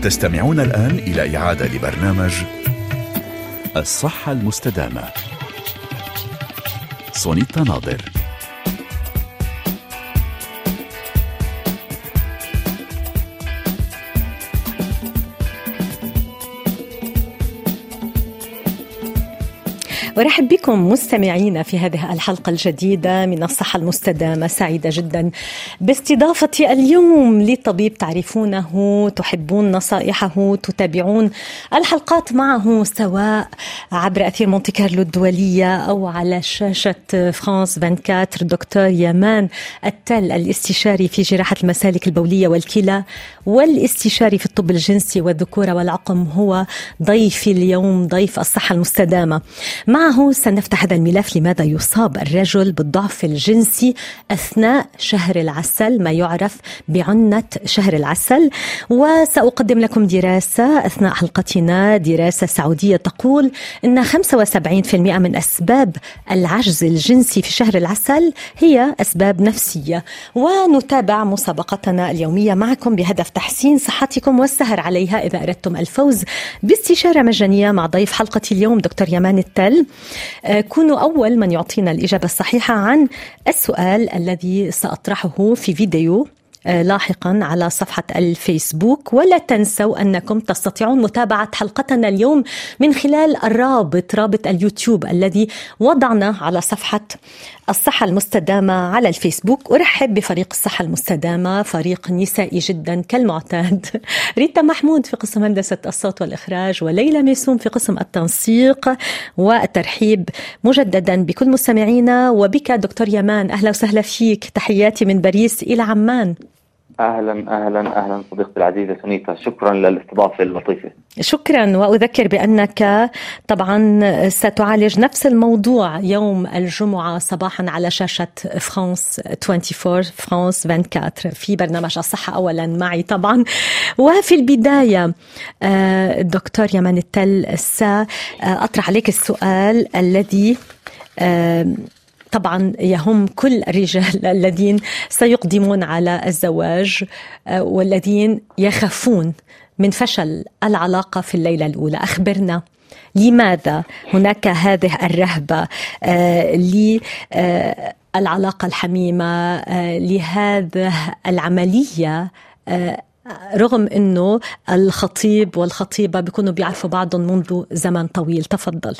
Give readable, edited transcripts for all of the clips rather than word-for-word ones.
تستمعون الآن إلى إعادة لبرنامج الصحة المستدامة. سونيتا ناظر. ورحب بكم مستمعينا في هذه الحلقة الجديدة من الصحة المستدامة. سعيدة جدا باستضافتي اليوم لطبيب تعرفونه، تحبون نصائحه، تتابعون الحلقات معه سواء عبر أثير مونتي كارلو الدولية أو على شاشة فرانس 24. دكتور يمان التل، الاستشاري في جراحة المسالك البولية والكلى والاستشاري في الطب الجنسي والذكورة والعقم، هو ضيفي اليوم، ضيف الصحة المستدامة. معه سنفتح هذا الملف: لماذا يصاب الرجل بالضعف الجنسي أثناء شهر العسل، ما يعرف بعنة شهر العسل. وسأقدم لكم دراسة أثناء حلقتنا، دراسة سعودية تقول إن 75% من أسباب العجز الجنسي في شهر العسل هي أسباب نفسية. ونتابع مسابقتنا اليومية معكم بهدف تحسين صحتكم والسهر عليها إذا أردتم الفوز باستشارة مجانية مع ضيف حلقتي اليوم دكتور يمان التل. كونوا أول من يعطينا الإجابة الصحيحة عن السؤال الذي سأطرحه في فيديو لاحقا على صفحة الفيسبوك. ولا تنسوا أنكم تستطيعون متابعة حلقتنا اليوم من خلال رابط اليوتيوب الذي وضعنا على صفحة الصحة المستدامة على الفيسبوك. أرحب بفريق الصحة المستدامة، فريق نسائي جدا كالمعتاد: ريتا محمود في قسم هندسة الصوت والإخراج، وليلى ميسوم في قسم التنسيق. والترحيب مجددا بكل مستمعينا وبك دكتور يمان. أهلا وسهلا فيك، تحياتي من باريس إلى عمان. أهلا صديقتي العزيزة سونيتا، شكرا للاستضافة اللطيفة. شكرا. وأذكر بأنك طبعا ستعالج نفس الموضوع يوم الجمعة صباحا على شاشة فرانس 24 في برنامج الصحة أولا معي طبعا. وفي البداية دكتور يمان التل، سأطرح عليك السؤال الذي طبعا يهم كل الرجال الذين سيقدمون على الزواج والذين يخافون من فشل العلاقة في الليلة الأولى. أخبرنا، لماذا هناك هذه الرهبة للعلاقة الحميمة، لهذه العملية، رغم أنه الخطيب والخطيبة بيكونوا بيعرفوا بعضهم منذ زمن طويل؟ تفضل.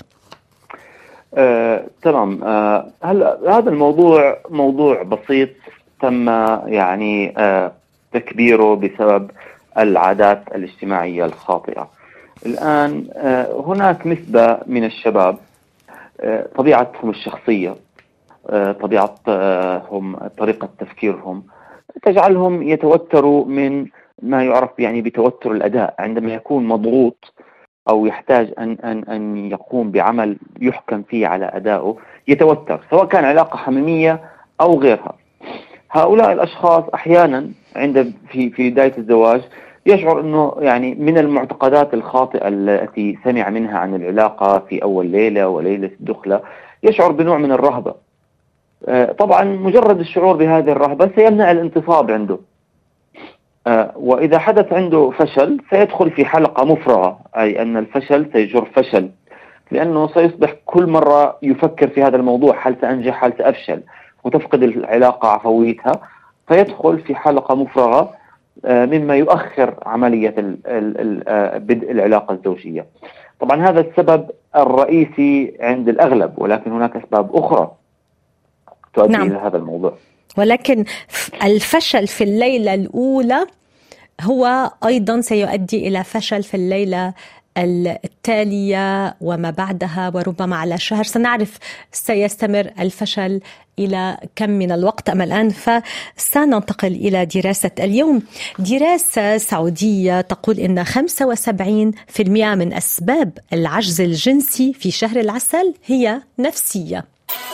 تمام. هذا الموضوع موضوع بسيط، تم يعني تكبيره بسبب العادات الاجتماعية الخاطئة. الآن هناك نسبة من الشباب طبيعتهم الشخصية، طبيعتهم، طريقة تفكيرهم تجعلهم يتوتروا من ما يعرف يعني بتوتر الأداء. عندما يكون مضغوط أو يحتاج أن يقوم بعمل يحكم فيه على أدائه يتوتر، سواء كان علاقة حميمية أو غيرها. هؤلاء الأشخاص أحيانا في بداية الزواج يشعر أنه يعني من المعتقدات الخاطئة التي سمع منها عن العلاقة في أول ليلة وليلة الدخلة، يشعر بنوع من الرهبة. طبعا مجرد الشعور بهذه الرهبة سيمنع الانتصاب عنده، وإذا حدث عنده فشل سيدخل في حلقة مفرغة، أي أن الفشل سيجر فشل، لأنه سيصبح كل مرة يفكر في هذا الموضوع: هل سأنجح، هل سأفشل، وتفقد العلاقة عفويتها، فيدخل في حلقة مفرغة مما يؤخر عملية بدء العلاقة الزوجية. طبعا هذا السبب الرئيسي عند الأغلب، ولكن هناك أسباب أخرى تؤدي إلى هذا الموضوع. ولكن الفشل في الليلة الأولى هو أيضا سيؤدي إلى فشل في الليلة التالية وما بعدها، وربما على شهر. سنعرف سيستمر الفشل إلى كم من الوقت. أما الآن فسننتقل إلى دراسة اليوم. دراسة سعودية تقول إن 75% من أسباب العجز الجنسي في شهر العسل هي نفسية.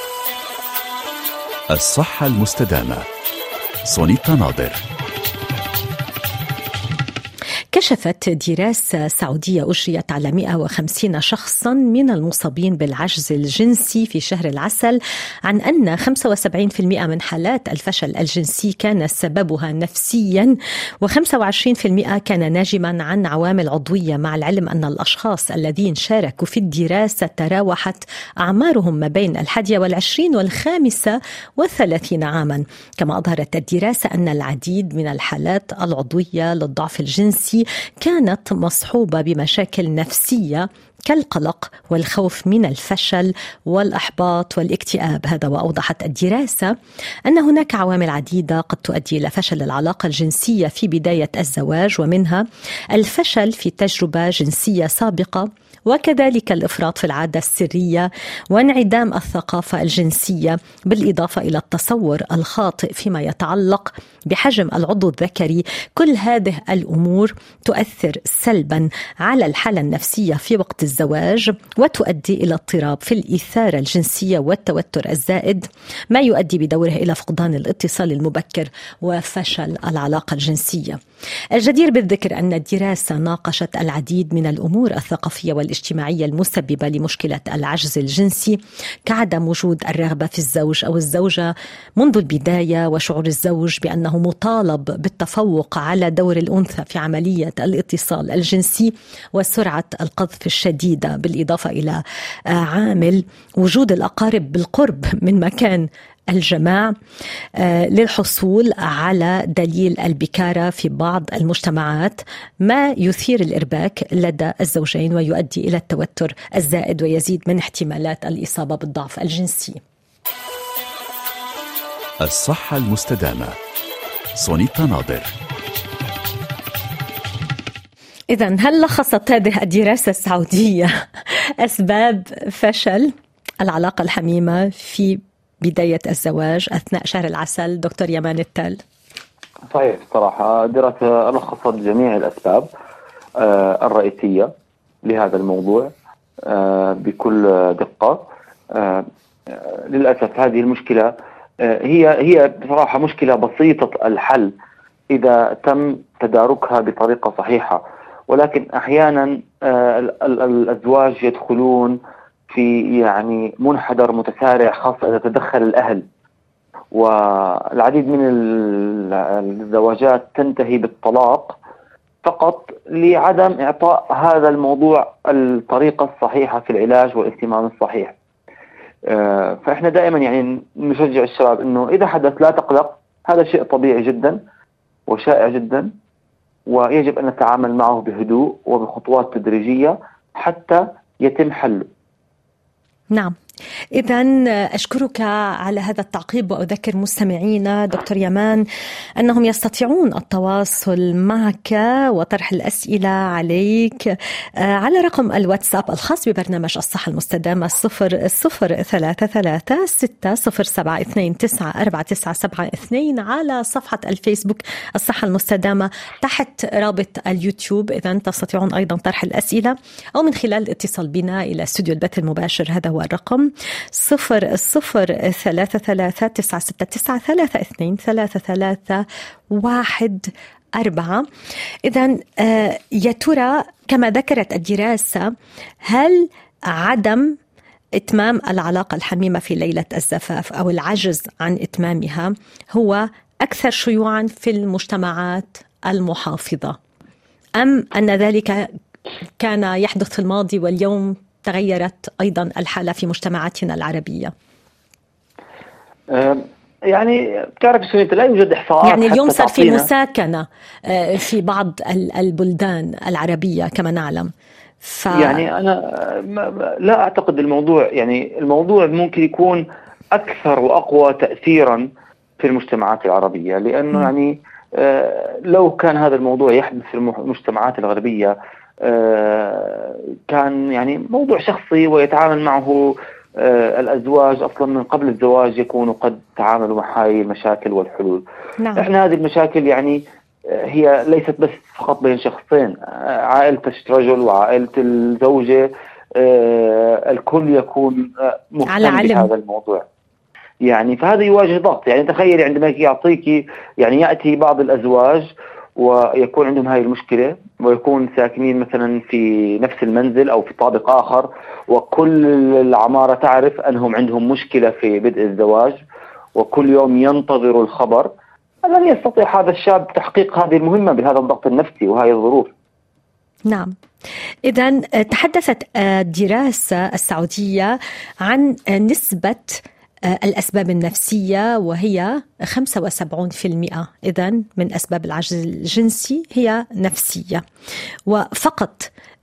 الصحة المستدامة. سونيتا ناظر. كشفت دراسة سعودية أجريت على 150 شخصا من المصابين بالعجز الجنسي في شهر العسل عن أن 75% من حالات الفشل الجنسي كان سببها نفسيا، و25% كان ناجما عن عوامل عضوية، مع العلم أن الأشخاص الذين شاركوا في الدراسة تراوحت أعمارهم ما بين 21 و35 عاما. كما أظهرت الدراسة أن العديد من الحالات العضوية للضعف الجنسي كانت مصحوبة بمشاكل نفسية كالقلق والخوف من الفشل والإحباط والاكتئاب. هذا وأوضحت الدراسة أن هناك عوامل عديدة قد تؤدي إلى فشل العلاقة الجنسية في بداية الزواج، ومنها الفشل في تجربة جنسية سابقة، وكذلك الإفراط في العادة السرية وانعدام الثقافة الجنسية، بالإضافة إلى التصور الخاطئ فيما يتعلق بحجم العضو الذكري. كل هذه الأمور تؤثر سلبا على الحالة النفسية في وقت الزواج، وتؤدي إلى اضطراب في الإثارة الجنسية والتوتر الزائد، ما يؤدي بدوره إلى فقدان الاتصال المبكر وفشل العلاقة الجنسية. الجدير بالذكر أن الدراسة ناقشت العديد من الأمور الثقافية والاجتماعية المسببة لمشكلة العجز الجنسي، كعدم وجود الرغبة في الزوج أو الزوجة منذ البداية، وشعور الزوج بأنه مطالب بالتفوق على دور الأنثى في عملية الاتصال الجنسي، وسرعة القذف الشديدة، بالإضافة إلى عامل وجود الأقارب بالقرب من مكان الجماع للحصول على دليل البكارة في بعض المجتمعات، ما يثير الإرباك لدى الزوجين ويؤدي إلى التوتر الزائد ويزيد من احتمالات الإصابة بالضعف الجنسي. الصحة المستدامة، سونيتا ناظر. إذن هل لخصت هذه الدراسة السعودية أسباب فشل العلاقة الحميمة في بداية الزواج أثناء شهر العسل؟ دكتور يمان التال. صحيح، صراحة دراسة لخصت جميع الأسباب الرئيسية لهذا الموضوع بكل دقة. للأسف هذه المشكلة هي بصراحة مشكلة بسيطة الحل إذا تم تداركها بطريقة صحيحة، ولكن أحيانا الأزواج يدخلون في يعني منحدر متسارع، خاصة إذا تدخل الأهل، والعديد من الزواجات تنتهي بالطلاق فقط لعدم إعطاء هذا الموضوع الطريقة الصحيحة في العلاج والاهتمام الصحيح. فإحنا دائما يعني نشجع الشباب إنه إذا حدث لا تقلق، هذا شيء طبيعي جدا وشائع جدا، ويجب أن نتعامل معه بهدوء وبخطوات تدريجية حتى يتم حله. نعم، إذن أشكرك على هذا التعقيب، وأذكر مستمعينا دكتور يمان أنهم يستطيعون التواصل معك وطرح الأسئلة عليك على رقم الواتساب الخاص ببرنامج الصحة المستدامة 003360729497 على صفحة الفيسبوك الصحة المستدامة تحت رابط اليوتيوب. إذن تستطيعون أيضا طرح الأسئلة أو من خلال الاتصال بنا إلى استوديو البث المباشر. هذا هو الرقم 00339663323314. إذن يا ترى كما ذكرت الدراسة، هل عدم إتمام العلاقة الحميمة في ليلة الزفاف أو العجز عن إتمامها هو أكثر شيوعا في المجتمعات المحافظة، أم أن ذلك كان يحدث في الماضي واليوم تغيرت أيضا الحالة في مجتمعاتنا العربية؟ يعني تعرف سنية لا يوجد إحصاءات، يعني اليوم صار في مساكنة في بعض البلدان العربية كما نعلم. يعني أنا لا أعتقد الموضوع ممكن يكون أكثر وأقوى تأثيرا في المجتمعات العربية، لأنه يعني لو كان هذا الموضوع يحدث في المجتمعات الغربية كان يعني موضوع شخصي ويتعامل معه الأزواج أصلا من قبل الزواج، يكونوا قد تعاملوا مع هاي المشاكل والحلول. نعم. إحنا هذه المشاكل يعني هي ليست بس فقط بين شخصين، عائلة رجل وعائلة الزوجة، الكل يكون مهتم بهذا الموضوع. يعني فهذا يواجه ضغط. يعني تخيل عندما يعطيك، يعني يأتي بعض الأزواج ويكون عندهم هاي المشكلة، ويكون ساكنين مثلا في نفس المنزل أو في طابق آخر، وكل العمارة تعرف أنهم عندهم مشكلة في بدء الزواج، وكل يوم ينتظروا الخبر، لن يستطيع هذا الشاب تحقيق هذه المهمة بهذا الضغط النفسي وهذه الظروف. نعم. إذن تحدثت الدراسة السعودية عن نسبة الأسباب النفسية، وهي 75%. إذن من أسباب العجز الجنسي هي نفسية، وفقط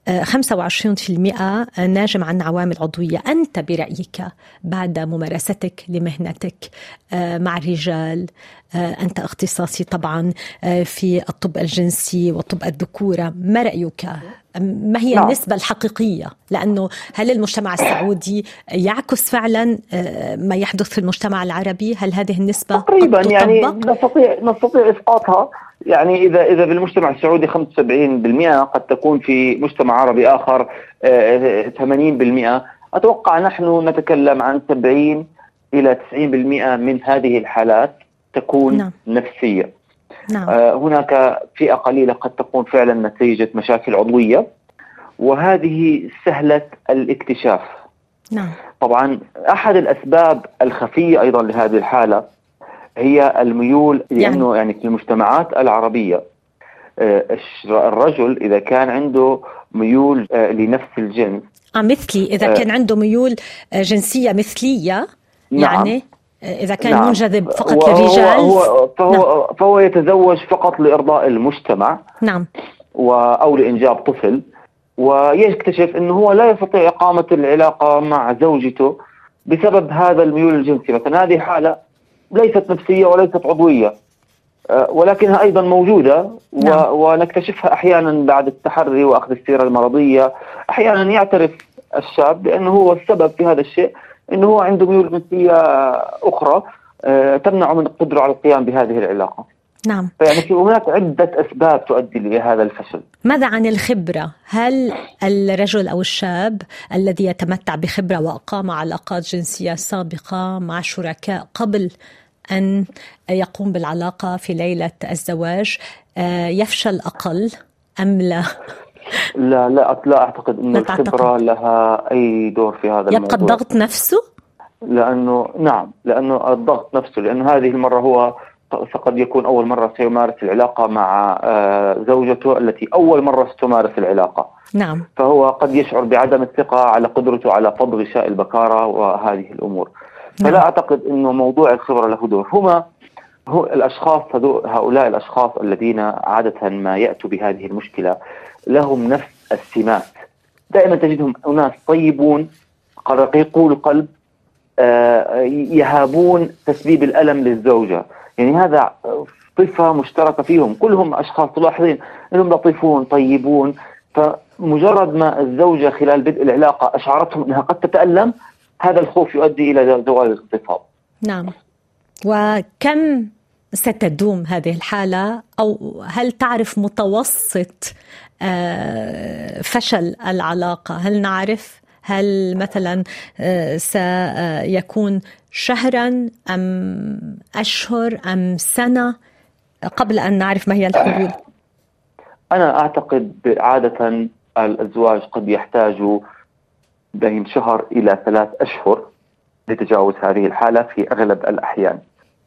25% ناجم عن عوامل عضوية. أنت برأيك بعد ممارستك لمهنتك مع الرجال، أنت اختصاصي طبعا في الطب الجنسي وطب الذكورة، ما رأيك؟ ما هي النسبة الحقيقية؟ لأنه هل المجتمع السعودي يعكس فعلا ما يحدث في المجتمع العربي؟ هل هذه النسبة تقريبا يعني نستطيع إسقاطها؟ يعني إذا بالمجتمع السعودي 75%، قد تكون في مجتمع عربي آخر 80%. أتوقع نحن نتكلم عن 70 إلى 90% من هذه الحالات تكون نفسية. هناك فئة قليلة قد تكون فعلا نتيجة مشاكل عضوية، وهذه سهلة الاكتشاف. طبعا أحد الأسباب الخفية أيضا لهذه الحالة هي الميول، لأنه يعني في المجتمعات العربية الرجل إذا كان عنده ميول لنفس الجنس مثلي، إذا كان عنده ميول جنسية مثلية، يعني إذا كان منجذب فقط للرجال، فهو يتزوج فقط لإرضاء المجتمع أو لإنجاب طفل، ويكتشف أنه هو لا يستطيع إقامة العلاقة مع زوجته بسبب هذا الميول الجنسي. مثلا هذه حالة ليست نفسية وليست عضوية، ولكنها أيضا موجودة، ونكتشفها أحيانا بعد التحري وأخذ السيرة المرضية. أحيانا يعترف الشاب بأنه هو السبب في هذا الشيء، أنه هو عنده ميول جنسية أخرى تمنعه من القدرة على القيام بهذه العلاقة. فيعني في هناك عدة أسباب تؤدي لهذا الفشل. ماذا عن الخبرة؟ هل الرجل أو الشاب الذي يتمتع بخبرة وأقام علاقات جنسية سابقة مع شركاء قبل أن يقوم بالعلاقة في ليلة الزواج يفشل أقل أم لا؟ لا أعتقد أن الخبرة لها أي دور في هذا الموضوع. يبقى الضغط نفسه؟ لأنه الضغط نفسه، لأنه هذه المرة هو قد يكون أول مرة سيمارس العلاقة مع زوجته التي أول مرة ستمارس العلاقة. فهو قد يشعر بعدم الثقة على قدرته على فض غشاء البكارة وهذه الأمور. فلا أعتقد أنه موضوع الخبرة له دور. هؤلاء الأشخاص الذين عادة ما يأتوا بهذه المشكلة لهم نفس السمات. دائما تجدهم أناس طيبون رقيقو القلب، يهابون تسبيب الألم للزوجة. يعني هذا صفة مشتركة فيهم، كلهم أشخاص تلاحظين أنهم لطيفون طيبون. فمجرد ما الزوجة خلال بدء العلاقة أشعرتهم أنها قد تتألم، هذا الخوف يؤدي إلى زوال الاغتصاب. وكم ستدوم هذه الحالة، أو هل تعرف متوسط فشل العلاقة؟ هل نعرف هل مثلا سيكون شهرا أم أشهر أم سنة قبل أن نعرف ما هي الحلول؟ أنا أعتقد عادة الأزواج قد يحتاج بين شهر إلى 3 أشهر لتجاوز هذه الحالة في أغلب الأحيان.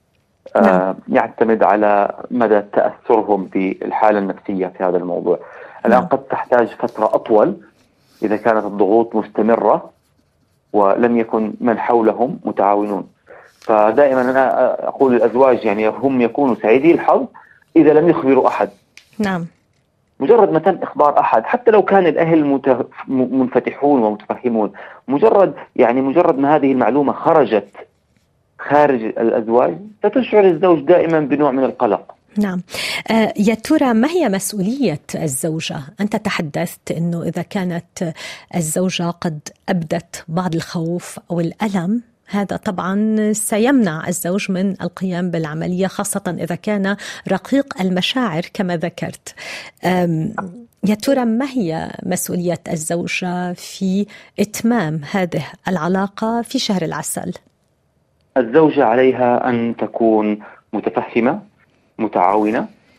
يعتمد على مدى تأثرهم بالحالة النفسية في هذا الموضوع. الآن قد تحتاج فترة أطول إذا كانت الضغوط مستمرة ولم يكن من حولهم متعاونون. فدائما أنا أقول للأزواج يعني هم يكونوا سعيدي الحظ إذا لم يخبروا أحد. مجرد ما تم إخبار أحد، حتى لو كان الأهل منفتحون ومتفهمون، مجرد ما هذه المعلومة خرجت خارج الأزواج ستشعر الزوج دائما بنوع من القلق. يا ترى ما هي مسؤولية الزوجة؟ أنت تحدثت أنه إذا كانت الزوجة قد أبدت بعض الخوف أو الألم، هذا طبعا سيمنع الزوج من القيام بالعملية، خاصة إذا كان رقيق المشاعر كما ذكرت. يا ترى ما هي مسؤولية الزوجة في إتمام هذه العلاقة في شهر العسل؟ الزوجة عليها أن تكون متفهمة، متعاونة،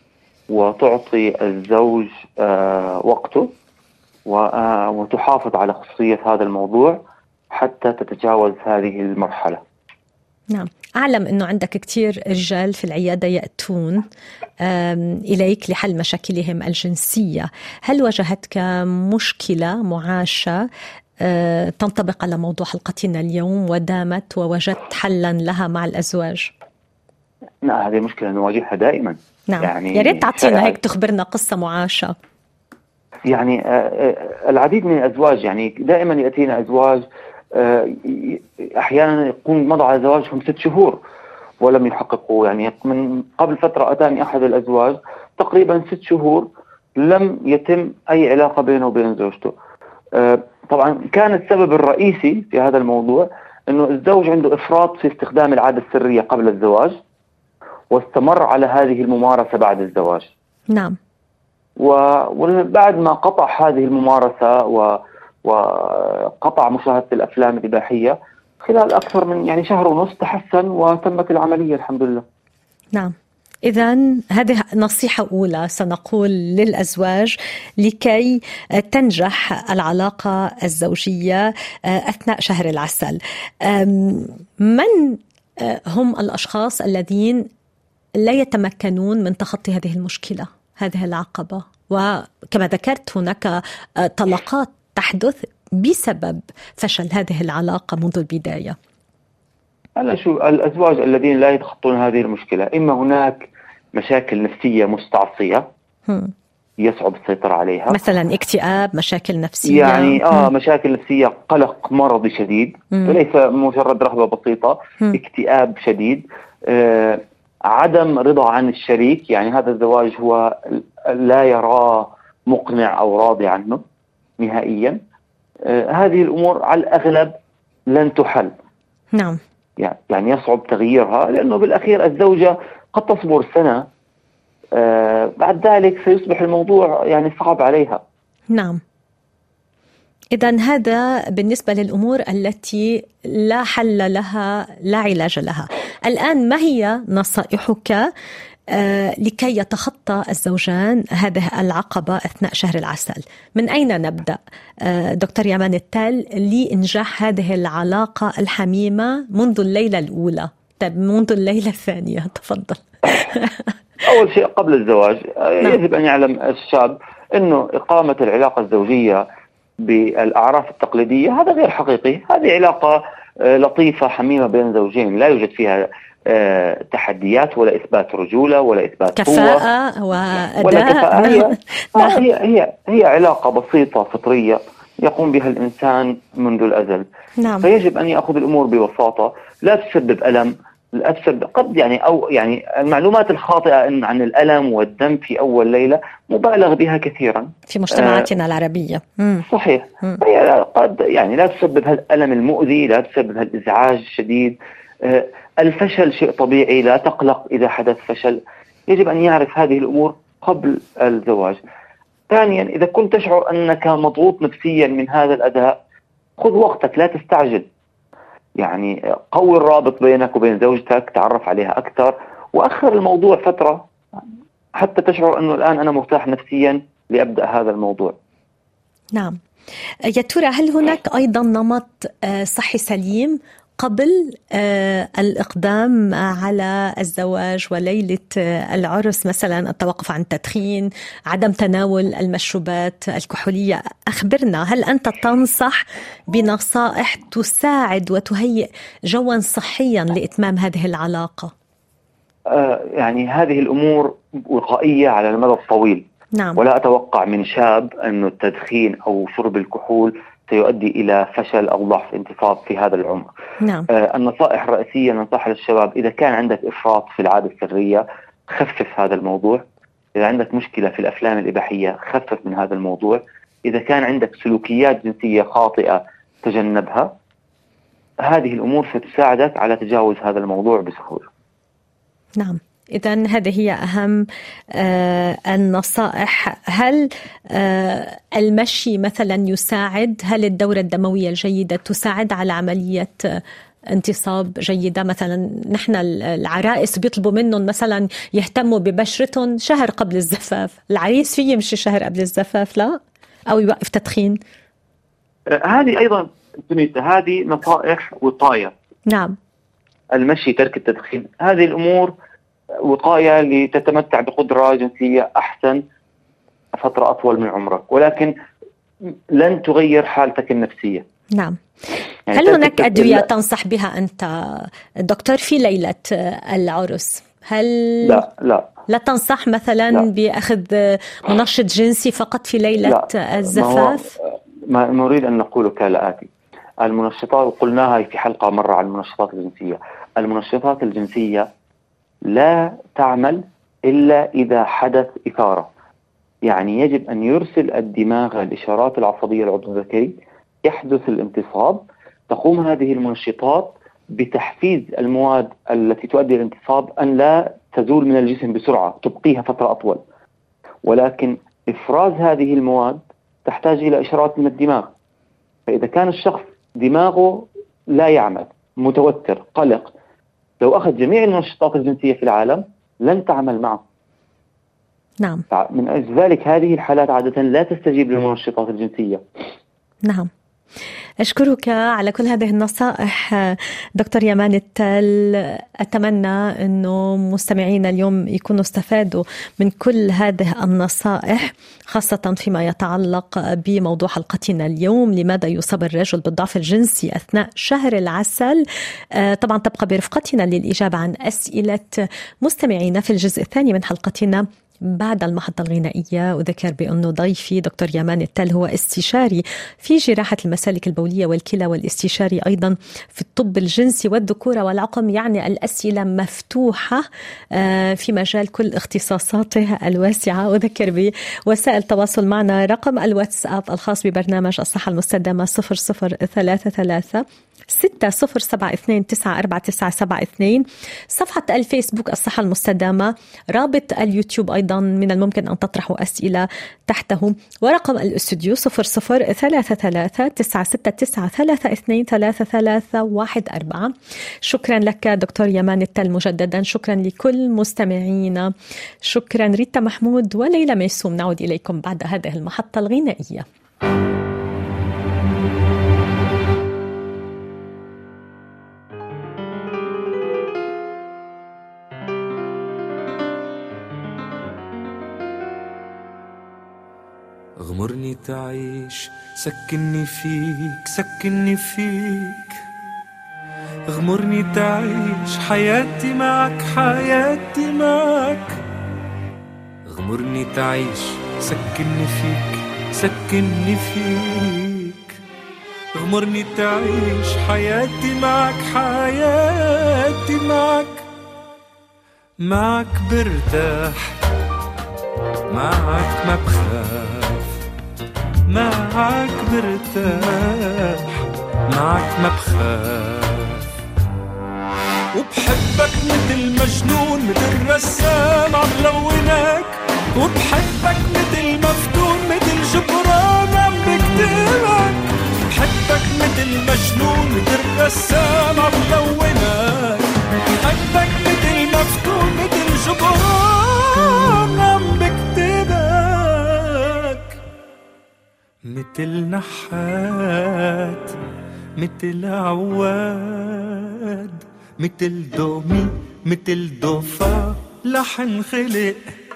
وتعطي الزوج وقته وتحافظ على خصوصية هذا الموضوع حتى تتجاوز هذه المرحلة. نعم، أعلم أنه عندك كتير رجال في العيادة يأتون إليك لحل مشاكلهم الجنسية. هل واجهتك مشكلة معاشة تنطبق على موضوع حلقتنا اليوم ودامت ووجدت حلا لها مع الأزواج؟ لا، هذه مشكلة نواجهها دائما. نعم، يعني يا ريت تعطينا هيك تخبرنا قصة معاشة. يعني العديد من الأزواج، يعني دائما يأتينا أزواج أحيانا يكون مضى على زواجهم 6 شهور ولم يحققوا. يعني من قبل فترة أتاني أحد الأزواج تقريبا 6 شهور لم يتم أي علاقة بينه وبين زوجته. طبعا كان السبب الرئيسي في هذا الموضوع أنه الزوج عنده إفراط في استخدام العادة السرية قبل الزواج، واستمر على هذه الممارسة بعد الزواج. نعم. وبعد ما قطع هذه الممارسة وقطع مشاهدة الأفلام الإباحية خلال أكثر من 1.5 شهر تحسن وتمت العملية الحمد لله. نعم، إذن هذه نصيحة أولى سنقول للأزواج لكي تنجح العلاقة الزوجية أثناء شهر العسل. من هم الأشخاص الذين لا يتمكنون من تخطي هذه المشكلة، هذه العقبة؟ وكما ذكرت هناك طلاقات تحدث بسبب فشل هذه العلاقة منذ البداية. الأزواج الذين لا يتخطون هذه المشكلة، إما هناك مشاكل نفسية مستعصية يصعب السيطرة عليها، مثلا اكتئاب، مشاكل نفسية، يعني مشاكل نفسية، قلق مرضي شديد وليس مجرد رغبة بسيطة، اكتئاب شديد، عدم رضا عن الشريك، يعني هذا الزواج هو لا يراه مقنع أو راضي عنه نهائيا. هذه الأمور على الأغلب لن تحل. نعم، يعني يصعب تغييرها، لأنه بالأخير الزوجة قد تصبر سنة، بعد ذلك سيصبح الموضوع يعني صعب عليها. نعم، إذن هذا بالنسبة للأمور التي لا حل لها، لا علاج لها. الآن ما هي نصائحك لكي يتخطى الزوجان هذه العقبة أثناء شهر العسل؟ من أين نبدأ دكتور يمان التل لإنجاح هذه العلاقة الحميمة منذ الليلة الأولى؟ طيب منذ الليلة الثانية، تفضل. أول شيء قبل الزواج يجب أن يعلم الشاب أنه إقامة العلاقة الزوجية بالأعراف التقليدية هذا غير حقيقي. هذه علاقة لطيفة حميمة بين زوجين، لا يوجد فيها تحديات ولا إثبات رجولة ولا إثبات كفاءة وأداء ولا كفاءة. هي علاقة بسيطة فطرية يقوم بها الإنسان منذ الأزل. نعم. فيجب أن يأخذ الأمور ببساطة، لا تسبب ألم، لا تسبب قد يعني المعلومات الخاطئة عن الألم والدم في أول ليلة مبالغ بها كثيرا في مجتمعاتنا العربية. صحيح. هي قد يعني لا تسبب هالألم المؤذي، لا تسبب هالإزعاج الشديد. الفشل شيء طبيعي، لا تقلق إذا حدث فشل. يجب أن يعرف هذه الأمور قبل الزواج. ثانيا، إذا كنت تشعر أنك مضغوط نفسيا من هذا الأداء، خذ وقتك، لا تستعجل. يعني قوي الرابط بينك وبين زوجتك، تعرف عليها أكثر، وأخر الموضوع فترة حتى تشعر أنه الآن أنا مرتاح نفسيا لأبدأ هذا الموضوع. نعم. يا ترى هل هناك أيضا نمط صحي سليم قبل الإقدام على الزواج وليلة العرس، مثلا التوقف عن التدخين، عدم تناول المشروبات الكحولية؟ أخبرنا، هل أنت تنصح بنصائح تساعد وتهيئ جوا صحيا لإتمام هذه العلاقة؟ يعني هذه الأمور وقائية على المدى الطويل. نعم. ولا أتوقع من شاب أن التدخين أو شرب الكحول سيؤدي إلى فشل أو ضعف انتصاب في هذا العمر. نعم. النصائح الرئيسية ننصحها للشباب: إذا كان عندك إفراط في العادة السرية خفف هذا الموضوع. إذا عندك مشكلة في الأفلام الإباحية خفف من هذا الموضوع. إذا كان عندك سلوكيات جنسية خاطئة تجنبها. هذه الأمور ستساعدك على تجاوز هذا الموضوع بسهولة. نعم، إذن هذه هي أهم النصائح. هل المشي مثلا يساعد؟ هل الدورة الدموية الجيدة تساعد على عملية انتصاب جيدة. مثلا نحن العرائس بيطلبوا منهم مثلا يهتموا ببشرتهم شهر قبل الزفاف، العريس فيه يمشي شهر قبل الزفاف لا، أو يوقف تدخين. هذه أيضا هذه نصائح وقاية. نعم. المشي، ترك التدخين، هذه الأمور وقاية لتتمتع بقدرة جنسية أحسن فترة أطول من عمرك، ولكن لن تغير حالتك النفسية. نعم. يعني هل هناك أدوية تنصح بها أنت دكتور في ليلة العرس؟ هل لا تنصح مثلا بأخذ منشط جنسي فقط في ليلة الزفاف؟ ما نريد أن نقوله كالآتي: المنشطات، وقلناها في حلقة مرة عن المنشطات الجنسية، المنشطات الجنسية لا تعمل إلا إذا حدث إثارة. يعني يجب أن يرسل الدماغ الإشارات العصبية العضو الذكري، يحدث الانتصاب، تقوم هذه المنشطات بتحفيز المواد التي تؤدي الانتصاب أن لا تزول من الجسم بسرعة، تبقيها فترة أطول. ولكن إفراز هذه المواد تحتاج إلى إشارات من الدماغ. فإذا كان الشخص دماغه لا يعمل، متوتر، قلق، لو أخذ جميع المنشطات الجنسية في العالم لن تعمل معه. نعم. من أجل ذلك هذه الحالات عادة لا تستجيب للمنشطات الجنسية. نعم. أشكرك على كل هذه النصائح دكتور يمان التل. أتمنى أنه مستمعينا اليوم يكونوا استفادوا من كل هذه النصائح، خاصة فيما يتعلق بموضوع حلقتنا اليوم: لماذا يصاب الرجل بالضعف الجنسي أثناء شهر العسل؟ طبعا تبقى برفقتنا للإجابة عن أسئلة مستمعينا في الجزء الثاني من حلقتنا بعد المحطة الغنائية. أذكر بأنه ضيفي دكتور يمان التل هو استشاري في جراحة المسالك البولية والكلى، والاستشاري أيضا في الطب الجنسي والذكورة والعقم. يعني الأسئلة مفتوحة في مجال كل اختصاصاته الواسعة. أذكر بوسائل التواصل معنا: رقم الواتساب الخاص ببرنامج الصحة المستدامة 0033 6072949772، صفحة الفيسبوك الصحة المستدامة، رابط اليوتيوب أيضا من الممكن أن تطرحوا أسئلة تحته، ورقم الاستوديو 003369323314. شكرا لك دكتور يمان التل مجددا، شكرا لكل مستمعينا، شكرا ريتا محمود وليلى ميسوم. نعود إليكم بعد هذه المحطة الغنائية. اغمرني تعيش، سكنني فيك، سكنني فيك، اغمرني تعيش حياتي معك، حياتي معك، اغمرني تعيش، سكنني فيك، سكنني فيك، اغمرني تعيش حياتي معك، حياتي معك، معك برتاح، معك ما بخاف، معك برتاح، معك ما بخاف، وبحبك مثل مجنون، مثل رسام عم لونك، وبحبك مثل مفتون، مثل جبران عم بكتبك، بحبك مثل مجنون، مثل رسام عم لونك، بحبك مثل مفتون، مثل جبران عم بكتبك، مثل نحات، مثل عواد، مثل دومي، مثل دوفا، لحن خلق،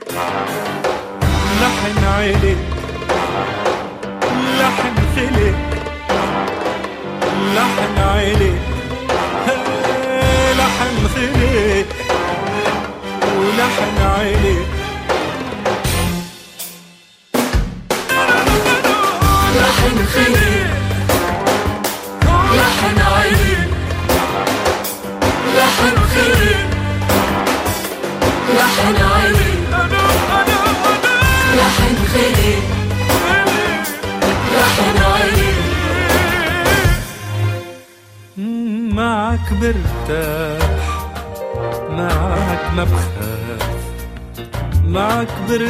لحن علق، لحن خلق، لحن علق، لحن خلق ولحن علق، لحن خلق، لحن علق، لحن خلق، لحن علق، لحن خلق، لحن علق، معك برتاح، معك ما بخاف، معك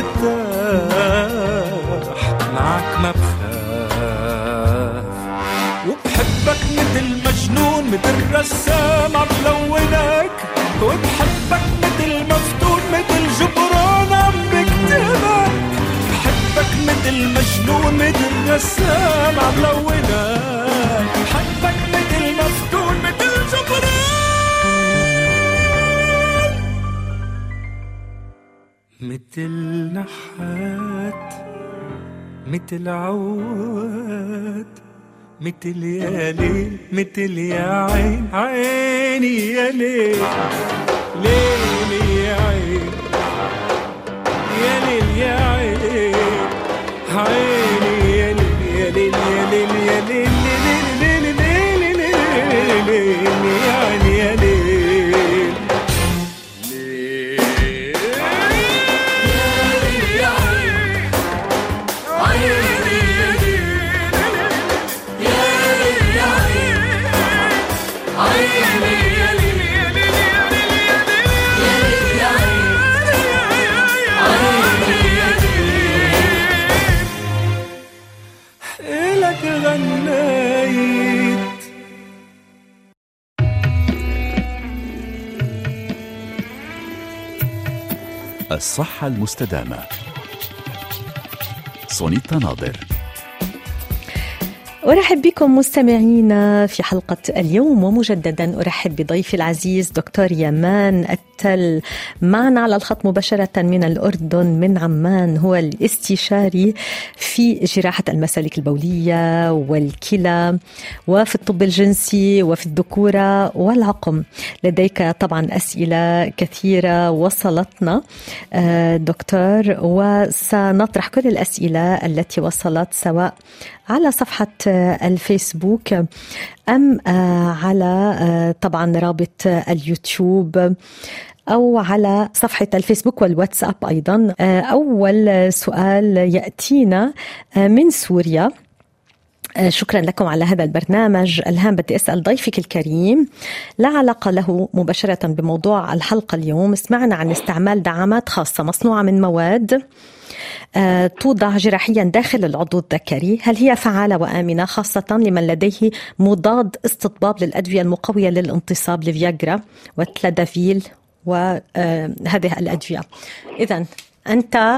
برتاح، معك ما بخاف، وبحبك مثل مجنون، مثل رسام عم لونك، وبحبك مثل مفتون مثل جبران عم بكتبك، بحبك مثل مجنون مثل رسام عم لونك، بحبك مثل مفتون مثل جبران مثل نحات مثل عواد مثل يا ليل مثل يا عين عيني يا ليل ليلي يا عين يا ليل يا عين عيني يا ليل يا ليل يا ليل يا ليل ليل ليل ليل ليل يا عيني يا ليل الصحة المستدامة. سونيتا ناظر. أرحب بكم مستمعينا في حلقة اليوم، ومجددا أرحب بضيفي العزيز دكتور يمان التل معنا على الخط مباشرة من الأردن من عمان. هو الاستشاري في جراحة المسالك البولية والكلى وفي الطب الجنسي وفي الذكورة والعقم. لديك طبعا أسئلة كثيرة وصلتنا دكتور، وسنطرح كل الأسئلة التي وصلت سواء على صفحة الفيسبوك أم على طبعا رابط اليوتيوب أو على صفحة الفيسبوك والواتساب أيضا. أول سؤال يأتينا من سوريا. شكرا لكم على هذا البرنامج. الهام بدي أسأل ضيفك الكريم، لا علاقة له مباشرة بموضوع الحلقة اليوم. سمعنا عن استعمال دعامات خاصة مصنوعة من مواد توضع جراحيا داخل العضو الذكري. هل هي فعالة وآمنة خاصة لمن لديه مضاد استطباب للأدوية المقوية للانتصاب لفياجرا والتلادافيل وهذه الأدوية؟ إذن أنت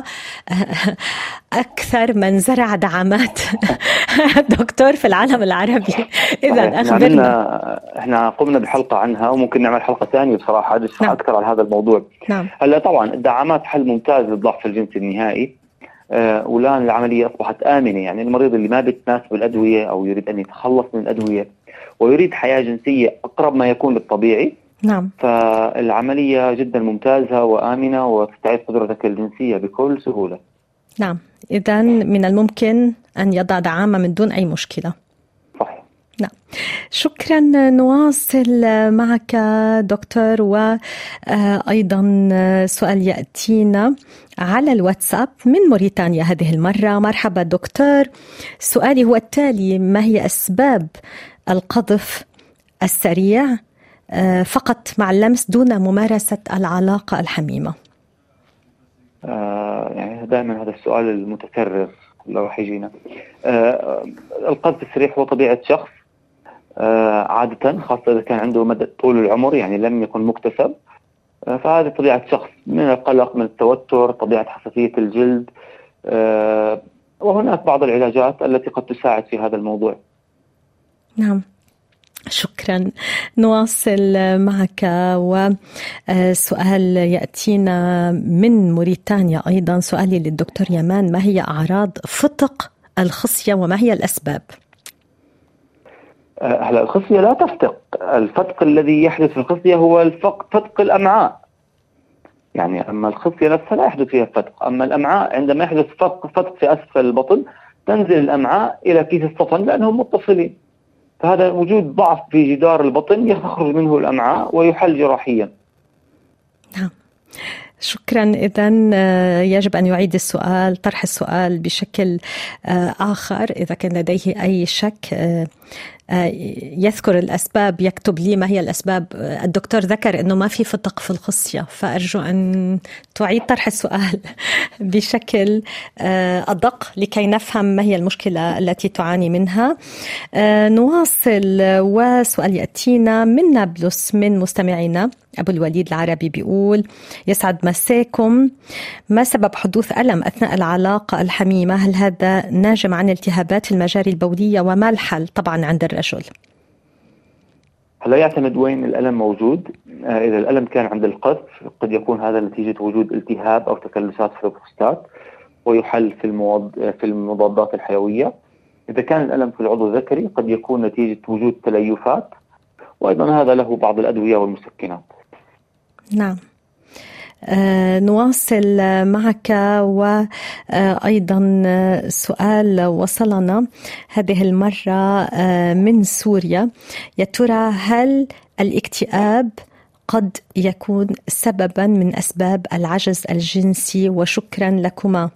أكثر من زرع دعامات دكتور في العالم العربي. إذن أخبرنا. إحنا قمنا بحلقة عنها وممكن نعمل حلقة ثانية بصراحة نعم. أكثر على هذا الموضوع. نعم. هلا طبعا الدعامات حل ممتاز للضعف الجنسي النهائي، والآن العملية أصبحت آمنة. يعني المريض اللي ما بتناسب الأدوية أو يريد أن يتخلص من الأدوية ويريد حياة جنسية أقرب ما يكون للطبيعي، نعم، فالعملية جدا ممتازة وآمنة وتستعيد قدرتك الجنسية بكل سهولة. نعم، إذن من الممكن أن يضع دعامة من دون أي مشكلة. صحيح. نعم، شكرا. نواصل معك دكتور، وأيضا سؤال يأتينا على الواتساب من موريتانيا هذه المرة. مرحبا دكتور، سؤالي هو التالي: ما هي أسباب القذف السريع فقط مع اللمس دون ممارسة العلاقة الحميمة؟ يعني دائما هذا السؤال المتكرر لو راح يجينا. القذف السريع هو طبيعة شخص عادة، خاصة إذا كان عنده مدى طول العمر يعني لم يكن مكتسب، فهذه طبيعة شخص من القلق، من التوتر، طبيعة حساسية الجلد، وهناك بعض العلاجات التي قد تساعد في هذا الموضوع. نعم، شكرا. نواصل معك، وسؤال يأتينا من موريتانيا أيضا. سؤالي للدكتور يمان: ما هي أعراض فتق الخصية وما هي الأسباب؟ هلا الخصية لا تفتق. الفتق الذي يحدث في الخصية هو فتق الأمعاء، يعني أما الخصية نفسها لا يحدث فيها فتق. أما الأمعاء عندما يحدث فتق في أسفل البطن تنزل الأمعاء إلى كيس الصفن لأنهم متصلين، فهذا وجود ضعف في جدار البطن يخرج منه الأمعاء ويحل جراحيا. نعم، شكرا. إذن يجب أن يعيد السؤال، طرح السؤال بشكل آخر. إذا كان لديه أي شك يذكر الأسباب، يكتب لي ما هي الأسباب. الدكتور ذكر أنه ما في فتق في الخصية، فأرجو أن تعيد طرح السؤال بشكل أدق لكي نفهم ما هي المشكلة التي تعاني منها. نواصل، وسؤال يأتينا من نابلس من مستمعينا. أبو الوليد العربي بيقول: يسعد مساكم، ما سبب حدوث ألم أثناء العلاقة الحميمة؟ هل هذا ناجم عن التهابات في المجاري البولية؟ وما الحل طبعا عند الرجل؟ هلا يعتمد وين الألم موجود. إذا الألم كان عند القذف قد يكون هذا نتيجة وجود التهاب أو تكلسات في البروستات ويحل في المضادات الحيوية. إذا كان الألم في العضو الذكري قد يكون نتيجة وجود تليفات، وأيضا هذا له بعض الأدوية والمسكنات. نعم. نواصل معك، وأيضا سؤال وصلنا هذه المرة من سوريا. يا ترى هل الاكتئاب قد يكون سببا من أسباب العجز الجنسي؟ وشكرا لكما.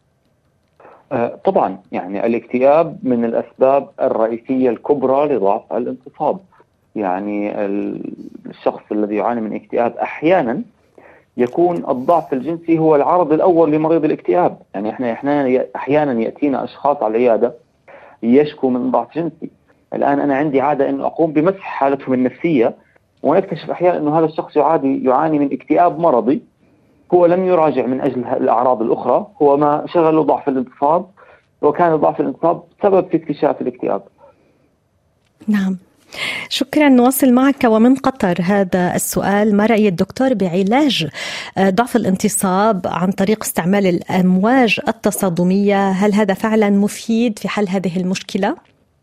طبعا يعني الاكتئاب من الأسباب الرئيسية الكبرى لضعف الانتصاب. يعني الشخص الذي يعاني من اكتئاب أحيانا يكون الضعف الجنسي هو العرض الأول لمريض الاكتئاب. يعني احنا أحيانا يأتينا أشخاص على العيادة يشكو من ضعف جنسي. الآن أنا عندي عادة أنه أقوم بمسح حالتهم النفسية، ونكتشف أحيانا أنه هذا الشخص يعاني من اكتئاب مرضي، هو لم يراجع من أجل الأعراض الأخرى، هو ما شغله ضعف الانتصاب، وكان ضعف الانتصاب سبب في اكتشاف الاكتئاب. نعم، شكرا. نواصل معك ومن قطر هذا السؤال: ما رأي الدكتور بعلاج ضعف الانتصاب عن طريق استعمال الأمواج التصادمية؟ هل هذا فعلا مفيد في حل هذه المشكلة؟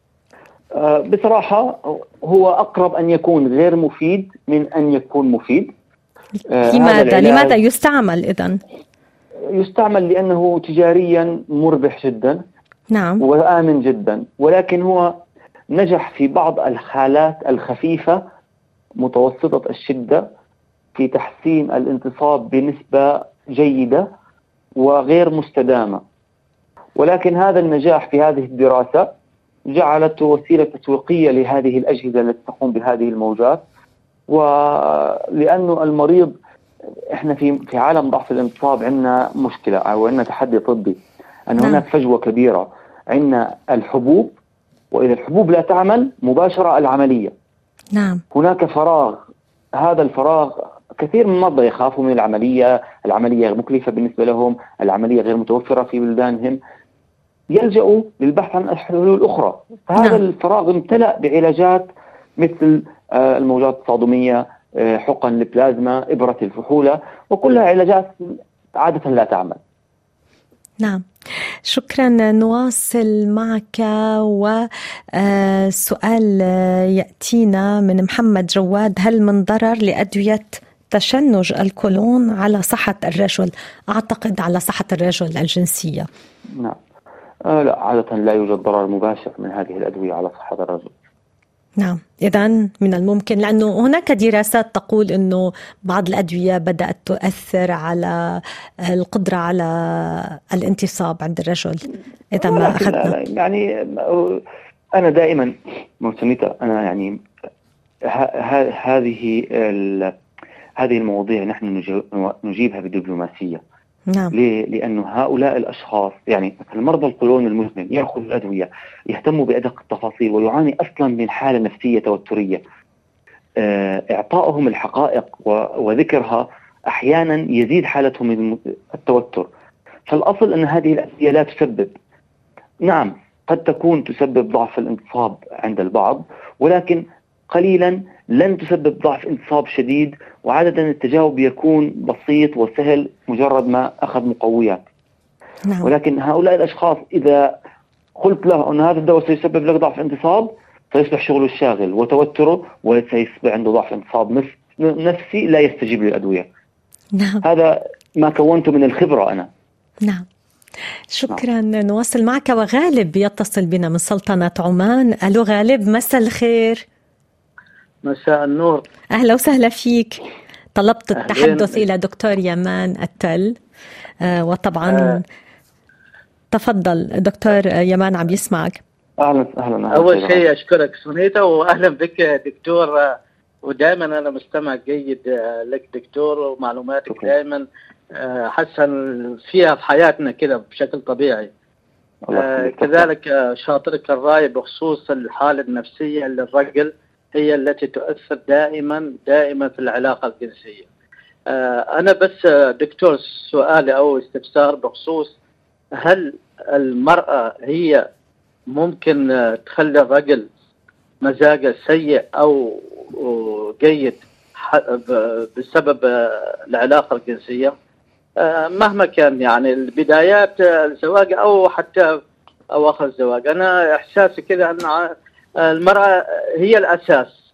بصراحة هو أقرب أن يكون غير مفيد من أن يكون مفيد. لماذا يستعمل إذن؟ يستعمل لأنه تجاريا مربح جدا. نعم. وآمن جدا، ولكن هو نجح في بعض الحالات الخفيفة متوسطة الشدة في تحسين الانتصاب بنسبة جيدة وغير مستدامة. ولكن هذا النجاح في هذه الدراسة جعلته وسيلة تسويقية لهذه الأجهزة التي تقوم بهذه الموجات. ولأنه المريض، احنا في عالم ضعف الانتصاب عندنا مشكلة أو عندنا تحدي طبي، أن هناك فجوة كبيرة. عندنا الحبوب، وإذا الحبوب لا تعمل مباشرة العملية. نعم. هناك فراغ، هذا الفراغ كثير من المرضى يخافوا من العملية مكلفة بالنسبة لهم، العملية غير متوفرة في بلدانهم، يلجأوا للبحث عن الحلول الأخرى. فهذا الفراغ امتلأ بعلاجات مثل الموجات التصادمية، حقن البلازما، إبرة الفحولة، وكلها علاجات عادة لا تعمل. نعم، شكرا. نواصل معك، وسؤال يأتينا من محمد جواد: هل من ضرر لأدوية تشنج الكولون على صحة الرجل؟ أعتقد على صحة الرجل الجنسية. نعم. لا، عادة لا يوجد ضرر مباشر من هذه الأدوية على صحة الرجل. نعم، إذن من الممكن، لأنه هناك دراسات تقول أنه بعض الأدوية بدأت تؤثر على القدرة على الانتصاب عند الرجل إذا ما أخذنا. يعني أنا دائما مرتمتة، أنا يعني هذه المواضيع نحن نجيبها بدبلوماسية. نعم. ليه؟ لأنه هؤلاء الأشخاص، يعني مثل مرضى القولون المزمن، يأخذ الأدوية، يهتموا بأدق التفاصيل، ويعاني أصلا من حالة نفسية توترية. إعطائهم الحقائق وذكرها أحيانا يزيد حالتهم من التوتر. فالأصل أن هذه الأدوية لا تسبب، نعم قد تكون تسبب ضعف الانتصاب عند البعض، ولكن قليلا لن تسبب ضعف انتصاب شديد، وعادة التجاوب يكون بسيط وسهل مجرد ما أخذ مقويات. نعم. ولكن هؤلاء الأشخاص إذا قلت له أن هذا الدواء سيسبب لك ضعف انتصاب، سيصبح شغله الشاغل وتوتره، وسيصبح عنده ضعف انتصاب نفسي لا يستجيب للأدوية. نعم. هذا ما كونته من الخبرة أنا. نعم، شكرا. نواصل معك، وغالب يتصل بنا من سلطنة عمان. ألو غالب، مساء الخير. مساء النور. أهلا وسهلا فيك. طلبت التحدث إلى دكتور يمان التل، وطبعا تفضل دكتور يمان عم يسمعك. أهلا. أول شيء أشكرك سونيتا، وأهلا بك دكتور، ودائما أنا مستمع جيد لك دكتور، ومعلوماتك دائما حسن فيها في حياتنا كده بشكل طبيعي. كذلك شاطرك الرأي بخصوص الحالة النفسية للرجل هي التي تؤثر دائما في العلاقة الجنسية. أنا بس دكتور سؤالي أو استفسار بخصوص هل المرأة هي ممكن تخلي الرجل مزاجه سيء أو جيد بسبب العلاقة الجنسية مهما كان، يعني البدايات الزواج أو حتى أواخر الزواج؟ أنا إحساسي كده أن المرأة هي الأساس.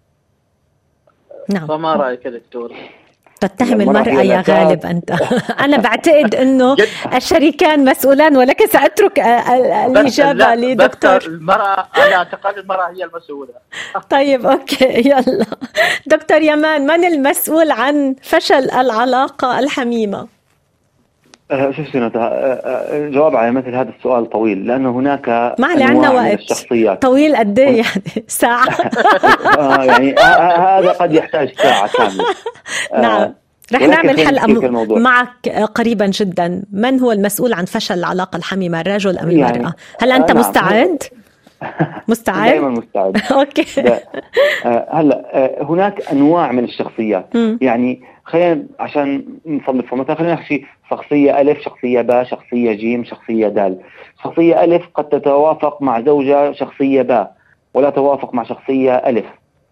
نعم. فما رأيك دكتور؟ تتهم المرأة يا غالب أنت. أنا بعتقد أنه الشريكان مسؤولان، ولكن سأترك الإجابة لدكتور. المرأة على اعتقاد المرأة هي المسؤولة. طيب أوكي، يلا دكتور يمان، من المسؤول عن فشل العلاقة الحميمة؟ شوف سنة، الجواب على مثل هذا السؤال طويل، لأنه هناك أنواع من الشخصيات. طويل قد ايه يعني؟ ساعة؟ يعني هذا قد يحتاج ساعة كاملة. نعم، رح نعمل حلقة معك قريبا جدا. من هو المسؤول عن فشل العلاقة الحميمة، الرجل أم المرأة؟ يعني هل أنت مستعد؟ مستعد؟ دائما مستعد. أوكي. هلا هناك أنواع من الشخصيات. يعني خلينا عشان نصنفهم، مثلا خلينا نحكي شخصية ألف، شخصية باء، شخصية جيم، شخصية دال. شخصية ألف قد تتوافق مع زوجة شخصية باء ولا توافق مع شخصية ألف.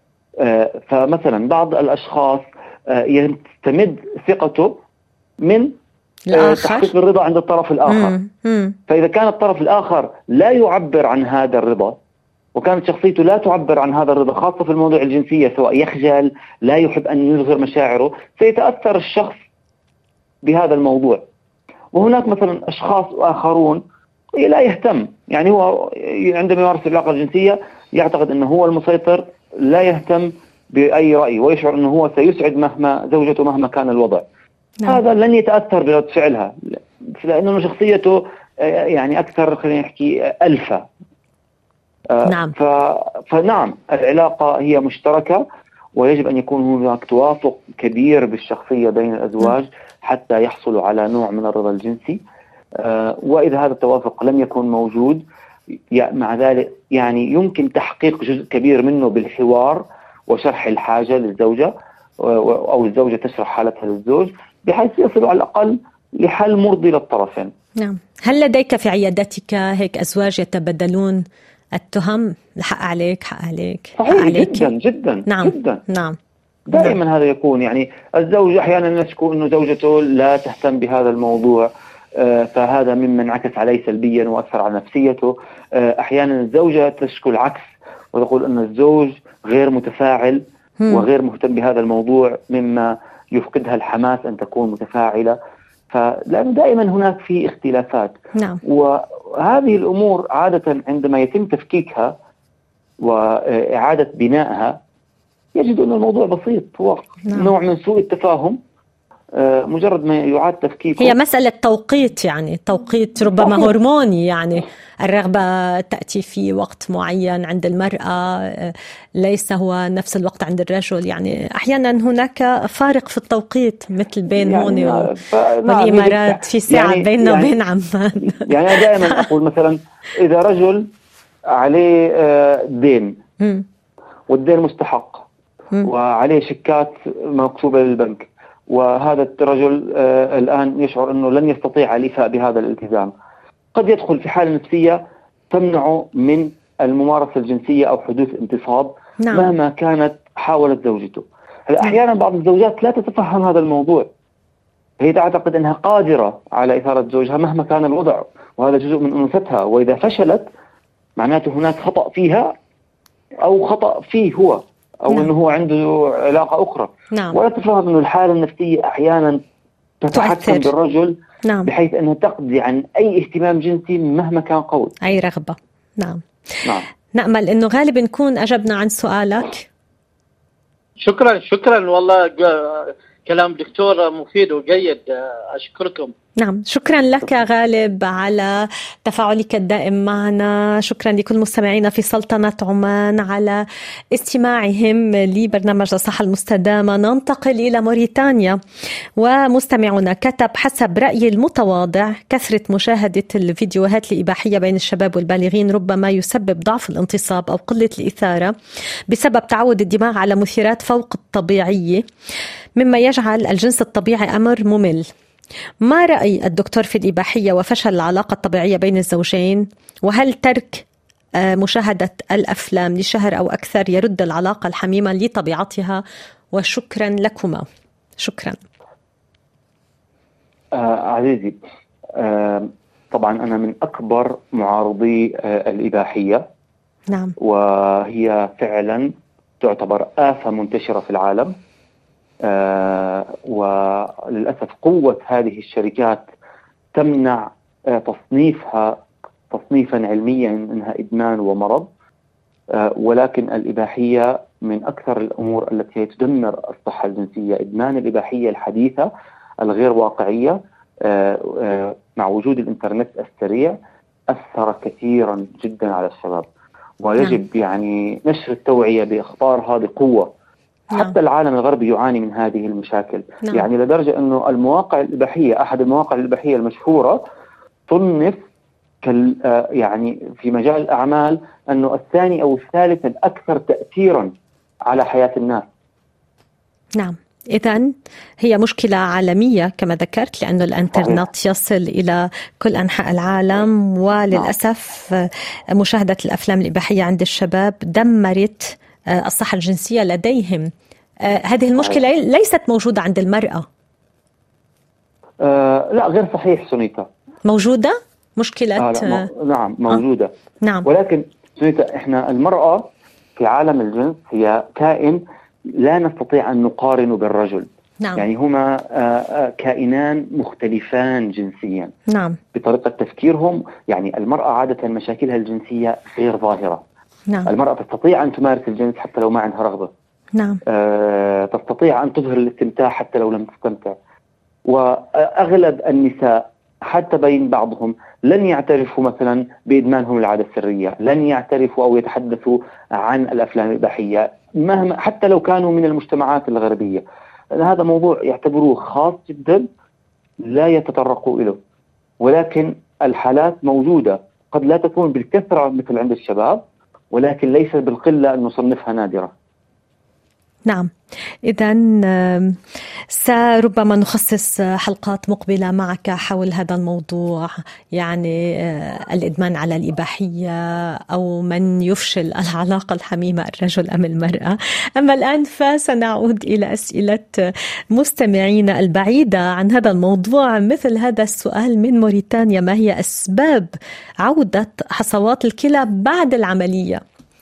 فمثلا بعض الأشخاص يستمد ثقته من تحقيق الرضا عند الطرف الآخر. فإذا كان الطرف الآخر لا يعبر عن هذا الرضا، وكانت شخصيته لا تعبر عن هذا الرضا، خاصة في الموضوع الجنسية، سواء يخجل، لا يحب أن يظهر مشاعره، سيتأثر الشخص بهذا الموضوع. وهناك مثلا أشخاص آخرون لا يهتم، يعني هو عندما يمارس العلاقة الجنسية يعتقد أنه هو المسيطر، لا يهتم بأي رأي، ويشعر أنه هو سيسعد مهما زوجته مهما كان الوضع. هذا لن يتأثر برد فعلها، لأنه شخصيته يعني أكثر خلينا نحكي ألفة. نعم. فنعم، العلاقة هي مشتركة، ويجب أن يكون هناك توافق كبير بالشخصية بين الأزواج حتى يحصلوا على نوع من الرضا الجنسي. وإذا هذا التوافق لم يكن موجود، مع ذلك يعني يمكن تحقيق جزء كبير منه بالحوار وشرح الحاجة للزوجة، أو الزوجة تشرح حالتها للزوج، بحيث يصلوا على الأقل لحل مرضي للطرفين. نعم. هل لديك في عيادتك هيك أزواج يتبادلون التهم؟ الحق عليك، حق عليك، حق عليك؟ جدا. نعم. جدا. نعم. دائما هذا يكون، يعني الزوج أحيانا يشكو أنه زوجته لا تهتم بهذا الموضوع، فهذا ممن انعكس عليه سلبيا وأثر على نفسيته. أحيانا الزوجة تشكو العكس وتقول أن الزوج غير متفاعل وغير مهتم بهذا الموضوع، مما يفقدها الحماس أن تكون متفاعلة. فلأن دائما هناك في اختلافات. نعم. وهذه الأمور عادة عندما يتم تفكيكها وإعادة بنائها يجد أن الموضوع بسيط، هو نوع من سوء التفاهم. مجرد ما يعاد تفكيكه، هي مسألة توقيت، يعني توقيت ربما هرموني، يعني الرغبة تأتي في وقت معين عند المرأة ليس هو نفس الوقت عند الرجل. يعني أحيانا هناك فارق في التوقيت، مثل بين يعني هون والإمارات في ساعة يعني بيننا وبين عمان. يعني أنا دائما أقول مثلا إذا رجل عليه دين والدين مستحق وعليه شيكات مكتوبة للبنك، وهذا الرجل الآن يشعر أنه لن يستطيع الإيفاء بهذا الالتزام، قد يدخل في حالة نفسية تمنعه من الممارسة الجنسية أو حدوث انتصاب. نعم. مهما كانت حاولت زوجته. أحيانا بعض الزوجات لا تتفهم هذا الموضوع، هي تعتقد أنها قادرة على إثارة زوجها مهما كان الوضع، وهذا جزء من أنوثتها، وإذا فشلت معناته هناك خطأ فيها أو خطأ فيه هو، أو أنه هو عنده علاقة أخرى. نعم. ولا تفهم أنه الحالة النفسية أحيانا تتحكم بالرجل. نعم. بحيث أنها تقضي عن أي اهتمام جنسي مهما كان قوي، أي رغبة. نعم. نعم. نأمل أنه غالب نكون أجبنا عن سؤالك. شكرا والله كلام دكتور مفيد وجيد، أشكركم. نعم، شكرا لك غالب على تفاعلك الدائم معنا. شكرا لكل مستمعينا في سلطنة عمان على استماعهم لبرنامج الصحة المستدامة. ننتقل إلى موريتانيا، ومستمعنا كتب: حسب رأيي المتواضع كثرة مشاهدة الفيديوهات الإباحية بين الشباب والبالغين ربما يسبب ضعف الانتصاب أو قلة الإثارة بسبب تعود الدماغ على مثيرات فوق الطبيعية، مما يجعل الجنس الطبيعي أمر ممل. ما رأي الدكتور في الإباحية وفشل العلاقة الطبيعية بين الزوجين؟ وهل ترك مشاهدة الأفلام لشهر أو أكثر يرد العلاقة الحميمة لطبيعتها؟ وشكرا لكما. شكرا. عزيزي، طبعا أنا من أكبر معارضي الإباحية. نعم. وهي فعلا تعتبر آفة منتشرة في العالم. وللأسف قوة هذه الشركات تمنع تصنيفها تصنيفا علميا أنها إدمان ومرض. ولكن الإباحية من أكثر الأمور التي تدمر الصحة الجنسية. إدمان الإباحية الحديثة الغير واقعية مع وجود الإنترنت السريع أثر كثيرا جدا على الشباب، ويجب يعني نشر التوعية بأخطار هذه قوة. حتى العالم الغربي يعاني من هذه المشاكل. يعني لدرجة أنه المواقع الإباحية، أحد المواقع الإباحية المشهورة، صنف يعني في مجال الأعمال أنه الثاني أو الثالث الأكثر تأثيرا على حياة الناس. نعم، إذن هي مشكلة عالمية كما ذكرت، لأنه الإنترنت يصل إلى كل أنحاء العالم. وللأسف مشاهدة الأفلام الإباحية عند الشباب دمرت الصحة الجنسية لديهم. هذه المشكلة ليست موجودة عند المرأة. لا، غير صحيح سونيتا. موجودة مشكلة. نعم موجودة. نعم. ولكن سونيتا، إحنا المرأة في عالم الجنس هي كائن لا نستطيع أن نقارنه بالرجل. نعم. يعني هما كائنان مختلفان جنسيا. نعم. بطريقة تفكيرهم. يعني المرأة عادة مشاكلها الجنسية غير ظاهرة. نعم. المرأة تستطيع أن تمارس الجنس حتى لو ما عندها رغبة. نعم. تستطيع أن تظهر الاستمتاع حتى لو لم تستمتع. وأغلب النساء حتى بين بعضهم لن يعترفوا مثلا بإدمانهم العادة السرية، لن يعترفوا أو يتحدثوا عن الأفلام الإباحية مهما حتى لو كانوا من المجتمعات الغربية. هذا موضوع يعتبروه خاص جدا لا يتطرقوا إليه. ولكن الحالات موجودة، قد لا تكون بالكثرة مثل عند الشباب، ولكن ليس بالقلة أن نصنفها نادرة. نعم، إذن سربما نخصص حلقات مقبلة معك حول هذا الموضوع، يعني الإدمان على الإباحية أو من يفشل العلاقة الحميمة، الرجل أم المرأة. أما الآن فسنعود إلى أسئلة مستمعين البعيدة عن هذا الموضوع، مثل هذا السؤال من موريتانيا: ما هي أسباب عودة حصوات الكلى بعد العملية؟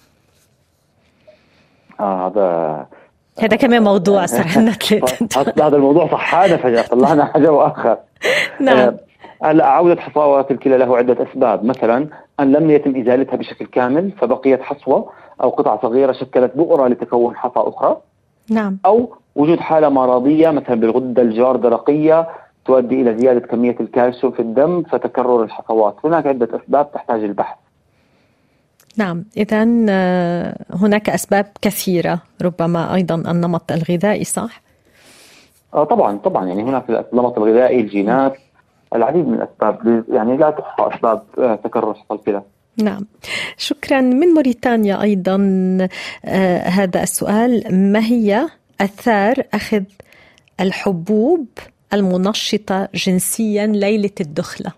هذا كمان موضوع صرنا ثلاثة. هذا الموضوع صحانا فجأة طلعنا حاجة وآخر. نعم. عودة حصوات الكلى له عدة أسباب. مثلا أن لم يتم إزالتها بشكل كامل فبقيت حصوة أو قطعة صغيرة شكلت بؤرة لتكون حصى أخرى. نعم. أو وجود حالة مرضية مثلا بالغدة الجاردرقية تؤدي إلى زيادة كمية الكالسيوم في الدم فتكرر الحصوات. هناك عدة أسباب تحتاج البحث. نعم، إذن هناك أسباب كثيرة، ربما أيضا النمط الغذائي، صح؟ طبعا يعني هناك النمط الغذائي، الجينات، العديد من الأسباب، يعني لا تحصى أسباب تكرر حصى الكلى. نعم، شكرا. من موريتانيا أيضا هذا السؤال: ما هي آثار أخذ الحبوب المنشطة جنسيا ليلة الدخلة؟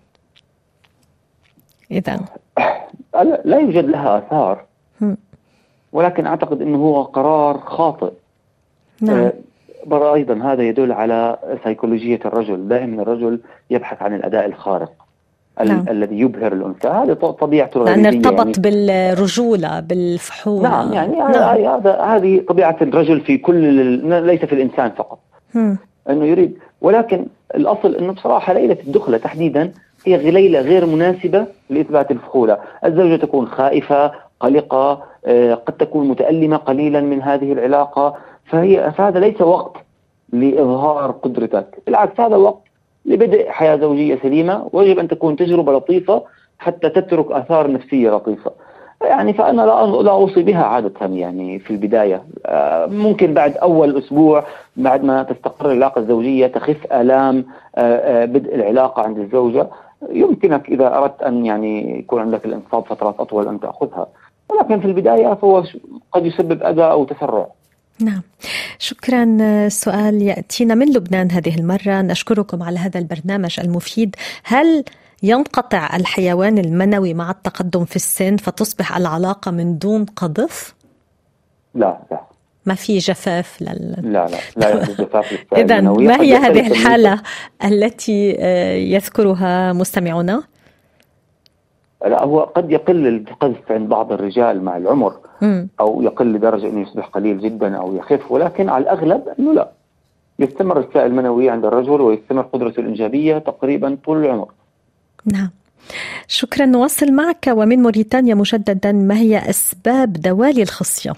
إذن لا يوجد لها آثار، ولكن أعتقد أنه هو قرار خاطئ. نعم. أيضا هذا يدل على سيكولوجية الرجل. دائما الرجل يبحث عن الأداء الخارق. نعم. الذي يبهر الأنثى. هذه طبيعته الغريزية، لأن ارتبط بالرجولة بالفحولة. نعم، يعني هذه طبيعة الرجل في كل ليس في الإنسان فقط. أنه يريد. ولكن الأصل أنه بصراحة ليلة الدخلة تحديدا هي ليلة غير مناسبة لإثبات الفحولة. الزوجة تكون خائفة قلقة، قد تكون متألمة قليلا من هذه العلاقة، فهذا ليس وقت لإظهار قدرتك. بالعكس، هذا وقت لبدء حياة زوجية سليمة، ويجب أن تكون تجربة لطيفة حتى تترك آثار نفسية لطيفة. يعني فأنا لا أوصي بها عادة يعني في البداية. ممكن بعد أول أسبوع بعد ما تستقر العلاقة الزوجية تخف آلام بدء العلاقة عند الزوجة، يمكنك إذا أردت أن يعني يكون عندك الانصاب فترات أطول أن تأخذها، ولكن في البداية فهو قد يسبب أذى أو تسرع. نعم، شكرا. سؤال يأتينا من لبنان هذه المرة. نشكركم على هذا البرنامج المفيد. هل ينقطع الحيوان المنوي مع التقدم في السن فتصبح العلاقة من دون قذف؟ لا ما في جفاف لا يحدث جفاف للسائل المنوي. إذن ما هي هذه الحالة التي يذكرها مستمعنا؟ لا، هو قد يقل القذف عند بعض الرجال مع العمر أو يقل لدرجة أنه يصبح قليل جدا أو يخف، ولكن على الأغلب أنه لا، يستمر السائل المنوي عند الرجل ويستمر قدرته الإنجابية تقريبا طول العمر. نعم، شكرا. نواصل معك ومن موريتانيا مجددا. ما هي أسباب دوالي الخصية؟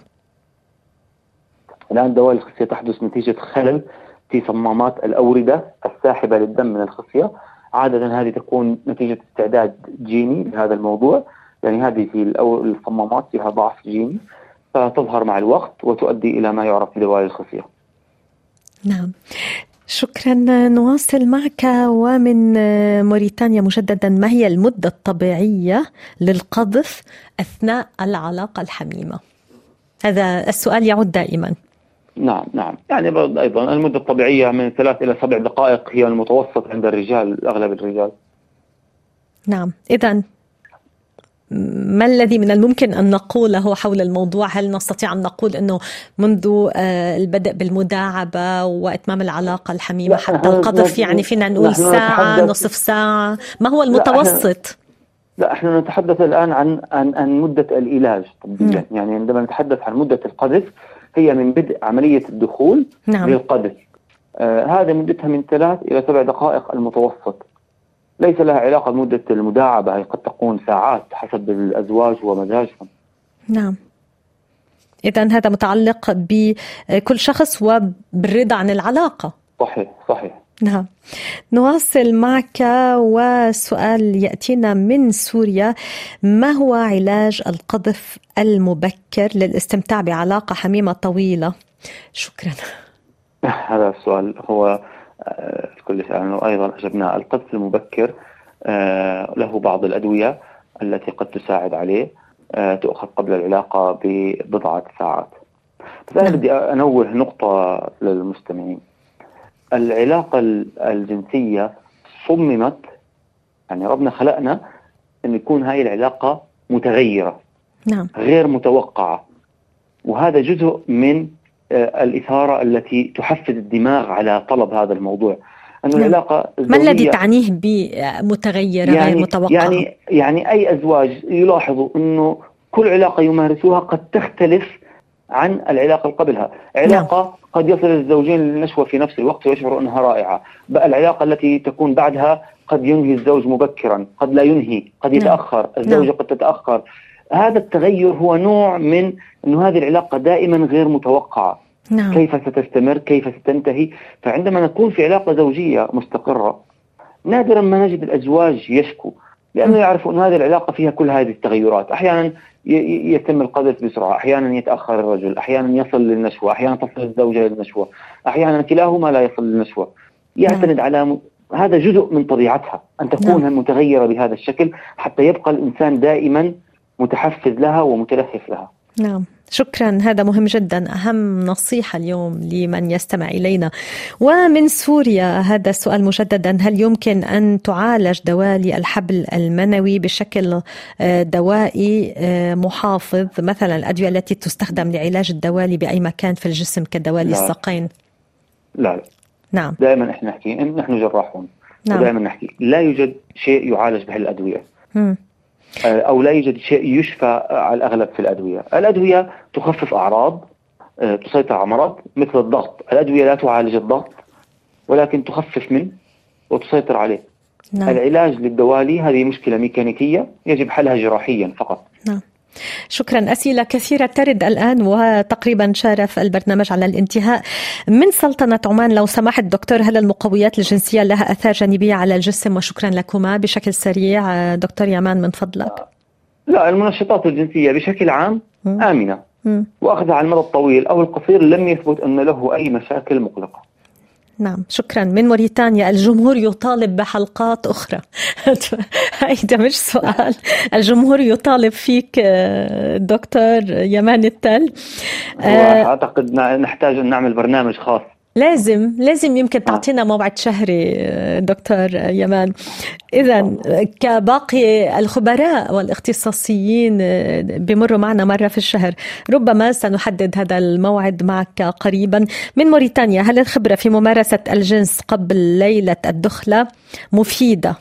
الآن دوالي الخصية تحدث نتيجة خلل في صمامات الأوردة الساحبة للدم من الخصية. عادة هذه تكون نتيجة استعداد جيني لهذا الموضوع، يعني هذه في الصمامات فيها ضعف جيني فتظهر مع الوقت وتؤدي إلى ما يعرف بدوالي الخصية. نعم، شكرا. نواصل معك ومن موريتانيا مجددا. ما هي المدة الطبيعية للقذف أثناء العلاقة الحميمة؟ هذا السؤال يعود دائما. نعم يعني أيضا المدة الطبيعية من 3 إلى 7 دقائق هي المتوسط عند الرجال، أغلب الرجال. نعم، إذن ما الذي من الممكن أن نقوله حول الموضوع؟ هل نستطيع أن نقول أنه منذ البدء بالمداعبة وإتمام العلاقة الحميمة حتى القذف يعني فينا نقول ساعة، نصف ساعة؟ ما هو المتوسط؟ لا، احنا نتحدث الآن عن مدة العلاج طبيا. يعني عندما نتحدث عن مدة القذف هي من بدء عملية الدخول للقذف. هذا مدتها من 3 إلى 7 دقائق المتوسط. ليس لها علاقة بمدة المداعبة، هي قد تكون ساعات حسب الأزواج ومزاجهم. نعم، إذن هذا متعلق بكل شخص وبالرضا عن العلاقة. صحيح. نعم، نواصل معك وسؤال يأتينا من سوريا. ما هو علاج القذف المبكر للاستمتاع بعلاقة حميمة طويلة؟ شكرا. هذا السؤال هو كل سؤال أيضا أجبناه. القذف المبكر له بعض الأدوية التي قد تساعد عليه، تؤخذ قبل العلاقة ببضعة ساعات. بس أنا بدي أنوه نقطة للمستمعين. العلاقة الجنسية صممت، يعني ربنا خلقنا أن يكون هاي العلاقة متغيرة، غير متوقعة، وهذا جزء من الإثارة التي تحفز الدماغ على طلب هذا الموضوع. أن العلاقة ما الذي تعنيه بمتغيرة غير متوقعة؟ يعني أي أزواج يلاحظوا أنه كل علاقة يمارسوها قد تختلف عن العلاقة قبلها. علاقة قد يصل الزوجين للنشوة في نفس الوقت ويشعروا أنها رائعة. بقى العلاقة التي تكون بعدها قد ينهي الزوج مبكرا، قد لا ينهي، قد يتأخر، الزوجة قد تتأخر. هذا التغير هو نوع من أنه هذه العلاقة دائما غير متوقعة. كيف ستستمر، كيف ستنتهي. فعندما نكون في علاقة زوجية مستقرة نادرا ما نجد الأزواج يشكو، لأنه يعرفوا أن هذه العلاقة فيها كل هذه التغيرات. أحيانا يتم القذف بسرعة، أحيانا يتأخر الرجل، أحيانا يصل للنشوة، أحيانا تصل الزوجة للنشوة، أحيانا كلاهما لا يصل للنشوة. يعتمد على هذا جزء من طبيعتها أن تكون متغيرة بهذا الشكل حتى يبقى الإنسان دائما متحفز لها ومتلهف لها. نعم، شكرا. هذا مهم جدا، أهم نصيحة اليوم لمن يستمع إلينا. ومن سوريا هذا السؤال مجددا. هل يمكن أن تعالج دوالي الحبل المنوي بشكل دوائي محافظ، مثلا الأدوية التي تستخدم لعلاج الدوالي بأي مكان في الجسم كدوالي الساقين؟ لا. نعم، دائما احنا نحكي، نحن جراحون، دائما نحكي لا يوجد شيء يعالج به الأدوية. أو لا يوجد شيء يشفى على الأغلب في الأدوية. الأدوية تخفف أعراض، تسيطر على مرض مثل الضغط. الأدوية لا تعالج الضغط ولكن تخفف منه وتسيطر عليه. العلاج للدوالي هذه مشكلة ميكانيكية يجب حلها جراحيا فقط. شكرا. أسئلة كثيرة ترد الآن وتقريبا شارف البرنامج على الانتهاء. من سلطنة عمان لو سمحت دكتور، هل المقويات الجنسية لها آثار جانبية على الجسم؟ وشكرا لكما. بشكل سريع دكتور يمان من فضلك. لا، المنشطات الجنسية بشكل عام آمنة وأخذها على المدى الطويل أو القصير لم يثبت أن له أي مشاكل مقلقة. نعم شكرا. من موريتانيا الجمهور يطالب بحلقات أخرى. هيدا مش سؤال، الجمهور يطالب فيك دكتور يمان التل. أعتقد نحتاج أن نعمل برنامج خاص. لازم يمكن تعطينا موعد شهري دكتور يمان. إذن كباقي الخبراء والاختصاصيين بمروا معنا مرة في الشهر، ربما سنحدد هذا الموعد معك قريبا. من موريتانيا، هل الخبرة في ممارسة الجنس قبل ليلة الدخلة مفيدة؟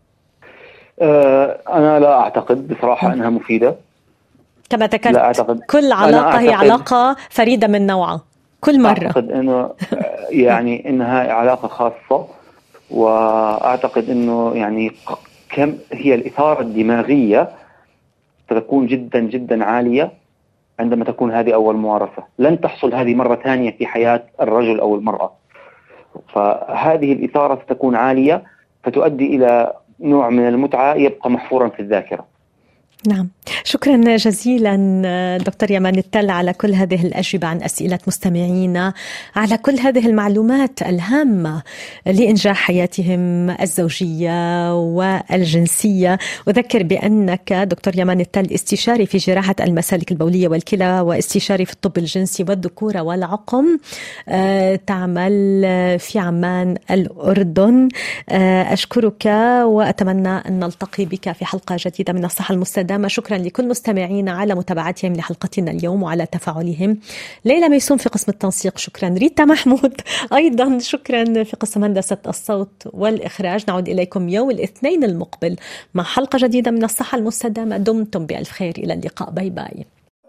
أنا لا أعتقد بصراحة أنها مفيدة. كما ذكرت كل علاقة هي علاقة فريدة من نوعها كل مرة. أعتقد أنه يعني إنها علاقة خاصة، وأعتقد أنه يعني كم هي الإثارة الدماغية ستكون جدا جدا عالية عندما تكون هذه أول ممارسة. لن تحصل هذه مرة ثانية في حياة الرجل أو المرأة، فهذه الإثارة ستكون عالية فتؤدي إلى نوع من المتعة يبقى محفورا في الذاكرة. نعم شكرا جزيلا دكتور يمان التل على كل هذه الأجوبة عن أسئلة مستمعينا، على كل هذه المعلومات الهامة لإنجاح حياتهم الزوجية والجنسية. أذكر بأنك دكتور يمان التل استشاري في جراحة المسالك البولية والكلى واستشاري في الطب الجنسي والذكورة والعقم، تعمل في عمان الأردن. أشكرك وأتمنى أن نلتقي بك في حلقة جديدة من الصحة المستدامة. شكرا لكل مستمعينا على متابعتهم لحلقتنا اليوم وعلى تفاعلهم. ليلى ميسون في قسم التنسيق، شكرا. ريتا محمود أيضا شكرا في قسم هندسة الصوت والإخراج. نعود إليكم يوم الاثنين المقبل مع حلقة جديدة من الصحة المستدامة. دمتم بألف خير، إلى اللقاء، باي باي.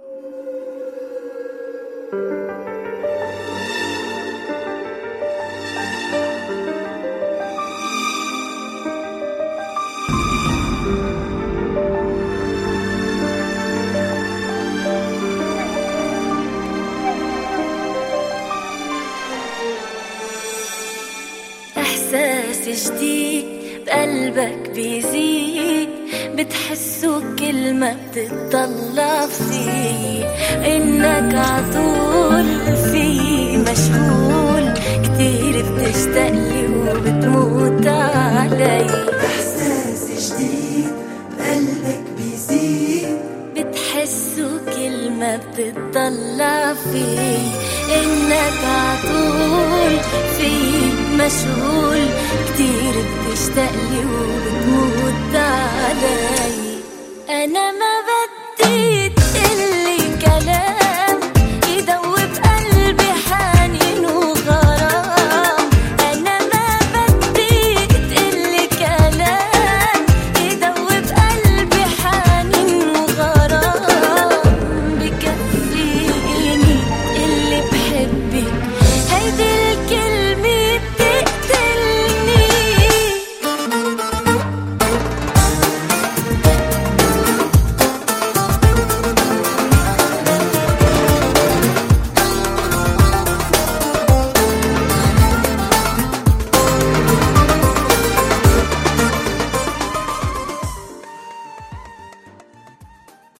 جديد بقلبك بيزيد، بتحسه كل ما بتطلع فيه، إنك عطول فيه مشغول كتير، بتشتاقلي وبتموت علي. إحساس جديد بقلبك بيزيد، بتحسه كل ما بتطلع فيه، إنك عطول فيه مشغول كتير، بتشتاقلي وبتموت علي. أنا ما